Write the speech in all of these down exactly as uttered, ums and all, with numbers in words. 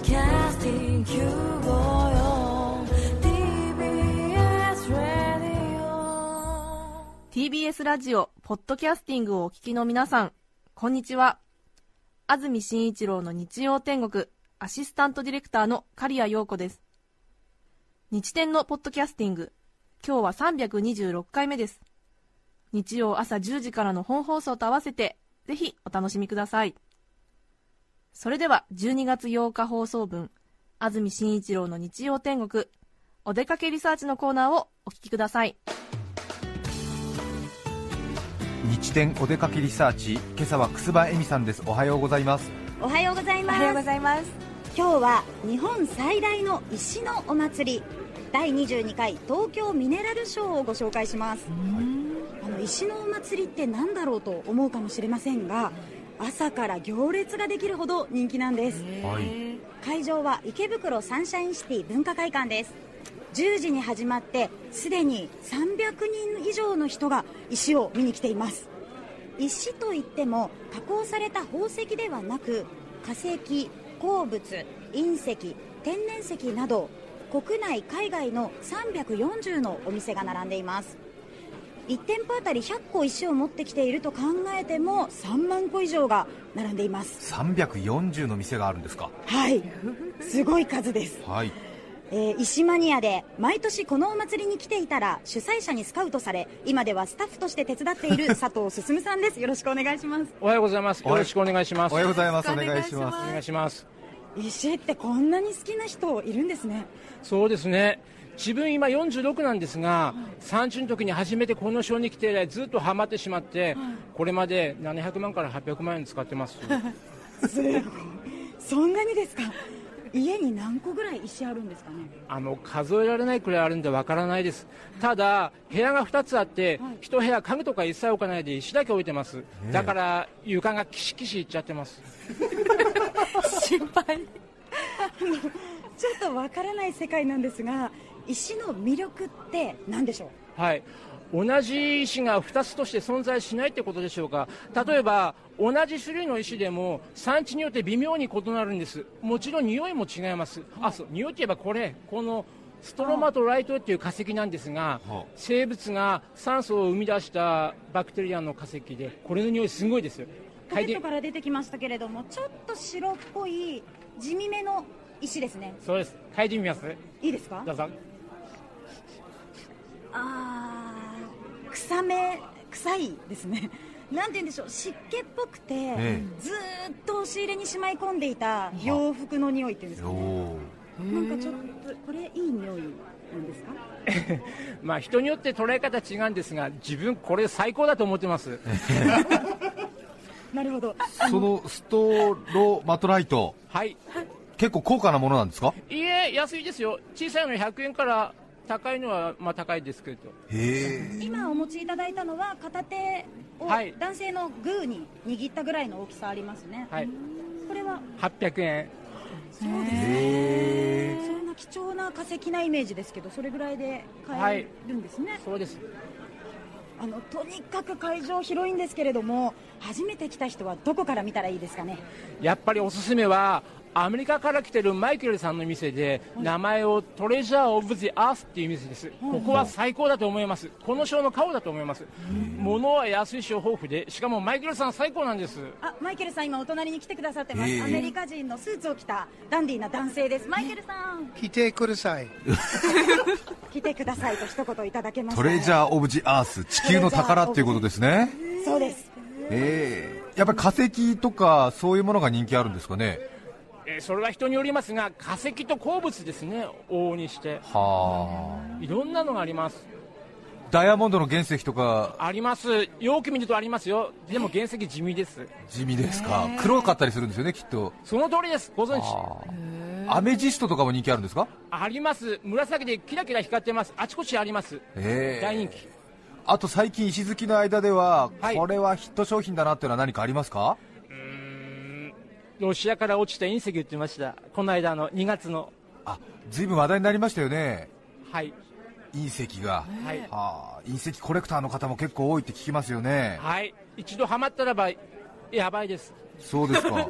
Podcasting きゅうごよん ティービーエス Radio ティービーエス ラジオポッドキャスティングをお聞きの皆さん、こんにちは。安住紳一郎の日曜天国アシスタントディレクターの刈谷陽子です。日天のポッドキャスティング、今日はさんびゃくにじゅうろっかいめです。日曜朝じゅうじからの本放送と合わせてぜひお楽しみください。それではじゅうにがつようか放送分、安住紳一郎の日曜天国お出かけリサーチのコーナーをお聞きください。 日天お出かけリサーチ、今朝は楠葉恵美さんです。おはようございます。 おはようございます。 おはようございます。 今日は日本最大の石のお祭りだいにじゅうにかい東京ミネラルショーをご紹介します。あの石のお祭りって何だろうと思うかもしれませんが、朝から行列ができるほど人気なんです。 はい、 会場は池袋サンシャインシティ文化会館です。じゅうじに始まってすでにさんびゃくにん以上の人が石を見に来ています。石といっても加工された宝石ではなく、化石、鉱物、隕石、天然石など国内海外のさんびゃくよんじゅうのお店が並んでいます。いち店舗あたりひゃっこ石を持ってきていると考えてもさんまんこ以上が並んでいます。 さんびゃくよんじゅうの店があるんですか。 はい、すごい数です。 はい、 えー、石マニアで毎年このお祭りに来ていたら主催者にスカウトされ、今ではスタッフとして手伝っている佐藤進さんです。よろしくお願いします。 おはようございます。よろしくお願いします。 おはようございます。お願いします。 お願いします。 石ってこんなに好きな人いるんですね。 そうですね。自分今よんじゅうろくなんですが、さんじゅうの時に初めてこのショーに来て以来ずっとハマってしまって、これまでななひゃくまんからはっぴゃくまんえん使ってます。 すごい。そんなにですか。家に何個ぐらい石あるんですかね。 あの数えられないくらいあるんでわからないです。ただ部屋がふたつあって、はい、一部屋家具とか一切置かないで石だけ置いてます。だから床がキシキシいっちゃってます。 心配ちょっとわからない世界なんですが、石の魅力って何でしょう。 はい、同じ石がふたつとして存在しないってことでしょうか。例えば同じ種類の石でも産地によって微妙に異なるんです。もちろん匂いも違います。あ、そう、匂いといえばこれ、このストロマトライトっていう化石なんですが、生物が酸素を生み出したバクテリアの化石で、これの匂いすごいですよ。 ポケットから出てきましたけれども、ちょっと白っぽい地味めの石ですね。 そうです。嗅いでみます。 いいですか。 どうぞ。 あー、臭め、臭いですね。なんて言うんでしょう、湿気っぽくて、ええ、ずーっと押し入れにしまい込んでいた洋服の匂いっていうんですかね。なんかちょっとこれいい匂いなんですか。 まあ人によって捉え方違うんですが、自分これ最高だと思ってます。 なるほど。 そのストロマトライト、 はい、 結構高価なものなんですか。 いいえ、安いですよ。小さいのひゃくえんから高いのはまあ高いですけど。 へー。今お持ちいただいたのは片手を男性のグーに握ったぐらいの大きさありますね。 はい、 これははっぴゃくえん。 そうですね。そんな貴重な化石なイメージですけど、それぐらいで買えるんですね。 はい、そうです。 あのとにかく会場広いんですけれども、初めて来た人はどこから見たらいいですかね。 やっぱりおすすめはアメリカから来てるマイケルさんの店で、名前をトレジャーオブジアースっていう店です。ここは最高だと思います。このショーの顔だと思います。物は安いし豊富で、しかもマイケルさん最高なんです。 あ、マイケルさん今お隣に来てくださってます。アメリカ人のスーツを着たダンディーな男性です。マイケルさん、 来てください。 来てくださいと一言いただけました、 ね、トレジャーオブジアース、地球の宝っていうことですね。 そうです。 えー、やっぱり化石とかそういうものが人気あるんですかね。 えー、それは人によりますが、化石と鉱物ですね、往々にして。はあ、いろんなのがあります。 ダイヤモンドの原石とかあります。よく見るとありますよ。でも原石地味です。 地味ですか。黒かったりするんですよね、きっと。 その通りです。ご存知。 アメジストとかも人気あるんですか。 あります。紫でキラキラ光ってます。あちこちあります。大人気。 あと最近石好きの間では、 はい、 これはヒット商品だなっていうのは何かありますか。 うーん、ロシアから落ちた隕石言ってました。この間のにがつの。 あ、ずいぶん話題になりましたよね。 はい、 隕石が、 はい、 はあ、隕石コレクターの方も結構多いって聞きますよね。 はい、一度ハマったらばやばいです。 そうですか。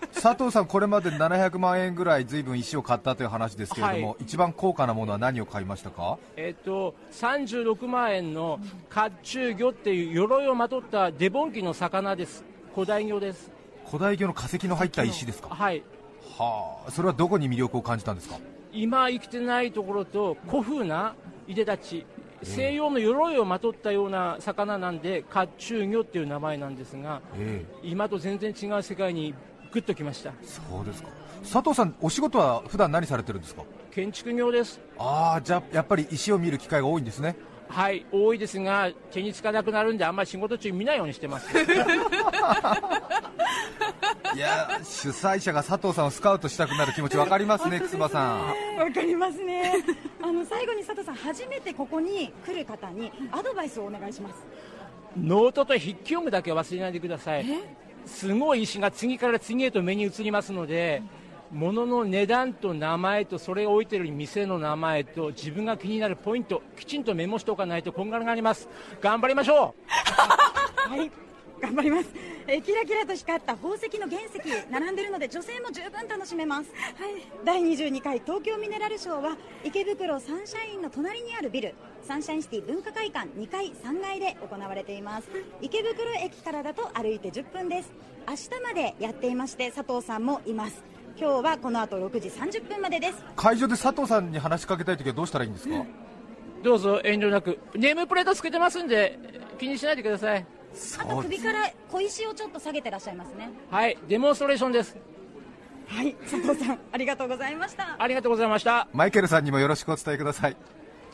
佐藤さん、これまでななひゃくまんえんぐらいずいぶん石を買ったという話ですけれども、はい、一番高価なものは何を買いましたか？ えっとさんじゅうろくまんえんの甲冑魚っていう鎧をまとったデボン紀の魚です。古代魚です。 古代魚の化石の入った石ですか？ はい。 はあ、それはどこに魅力を感じたんですか？ 今生きてないところと古風ないでたち、西洋の鎧をまとったような魚なんで甲冑魚っていう名前なんですが、えー、今と全然違う世界にグッときました。 そうですか。佐藤さん、お仕事は普段何されてるんですか？ 建築業です。 ああ、じゃあやっぱり石を見る機会が多いんですね。 はい、多いですが手につかなくなるんであんまり仕事中見ないようにしてますいや、主催者が佐藤さんをスカウトしたくなる気持ち分かりますね、くすばさん。 分かりますね。あの最後に佐藤さん、初めてここに来る方にアドバイスをお願いします。 ノートと筆記用具だけ忘れないでください。すごい石が次から次へと目に映りますので、物の値段と名前とそれを置いている店の名前と自分が気になるポイントきちんとメモしておかないとこんがらがります。頑張りましょうはい、頑張ります。えキラキラと光った宝石の原石並んでいるので女性も十分楽しめます。はい、だいにじゅうにかい東京ミネラルショーは池袋サンシャインの隣にあるビルサンシャインシティ文化会館にかいさんがいで行われています。池袋駅からだと歩いてじゅっぷんです。明日までやっていまして佐藤さんもいます。今日はこの後ろくじさんじゅっぷんまでです。 会場で佐藤さんに話しかけたいときはどうしたらいいんですか？ どうぞ遠慮なく。ネームプレートつけてますんで気にしないでください。 あと首から小石をちょっと下げてらっしゃいますね。 はい、デモンストレーションです。 はい、佐藤さんありがとうございました。 ありがとうございました。 マイケルさんにもよろしくお伝えください。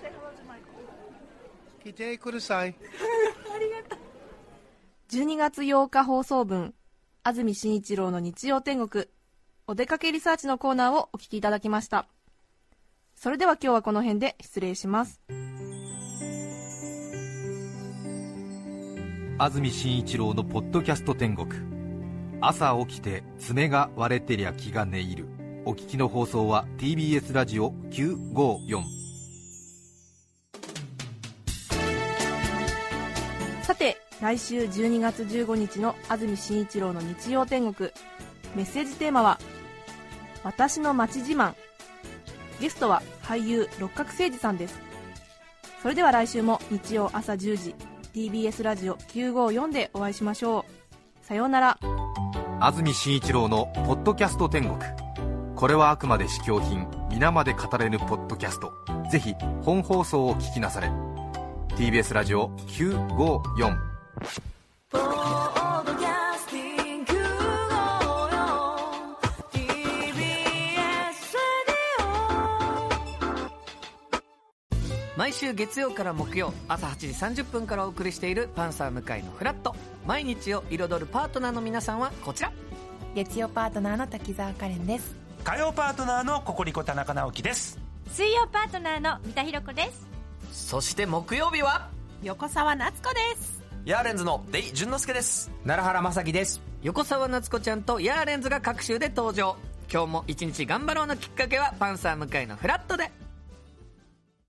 来てください。 ありがとう。 じゅうにがつようか放送分、安住紳一郎の日曜天国お出かけリサーチのコーナーをお聞きいただきました。それでは今日はこの辺で失礼します。 安住紳一郎のポッドキャスト天国。朝起きて爪が割れてりゃ気が寝入る。お聞きの放送は ティービーエス ラジオきゅうごよん。 さて来週じゅうにがつじゅうごにちの安住紳一郎の日曜天国、メッセージテーマは私の街自慢。ゲストは俳優六角誠児さんです。それでは来週も日曜朝じゅうじ ティービーエス ラジオきゅうごよんでお会いしましょう。さようなら。 安住紳一郎のポッドキャスト天国。これはあくまで試供品、皆まで語れぬポッドキャスト。ぜひ本放送を聞きなされ。 ティービーエス ラジオきゅうごよん。 毎週月曜から木曜朝はちじさんじゅっぷんからお送りしているパンサー向井のフラット。毎日を彩るパートナーの皆さんはこちら。 月曜パートナーの滝沢カレンです。 火曜パートナーのココリコ田中直樹です。 水曜パートナーの三田寛子です。 そして木曜日は横澤夏子です。 ヤーレンズのデイ淳之介です。 奈良原正樹です。 横澤夏子ちゃんとヤーレンズが各週で登場。今日も一日頑張ろうのきっかけはパンサー向井のフラットで。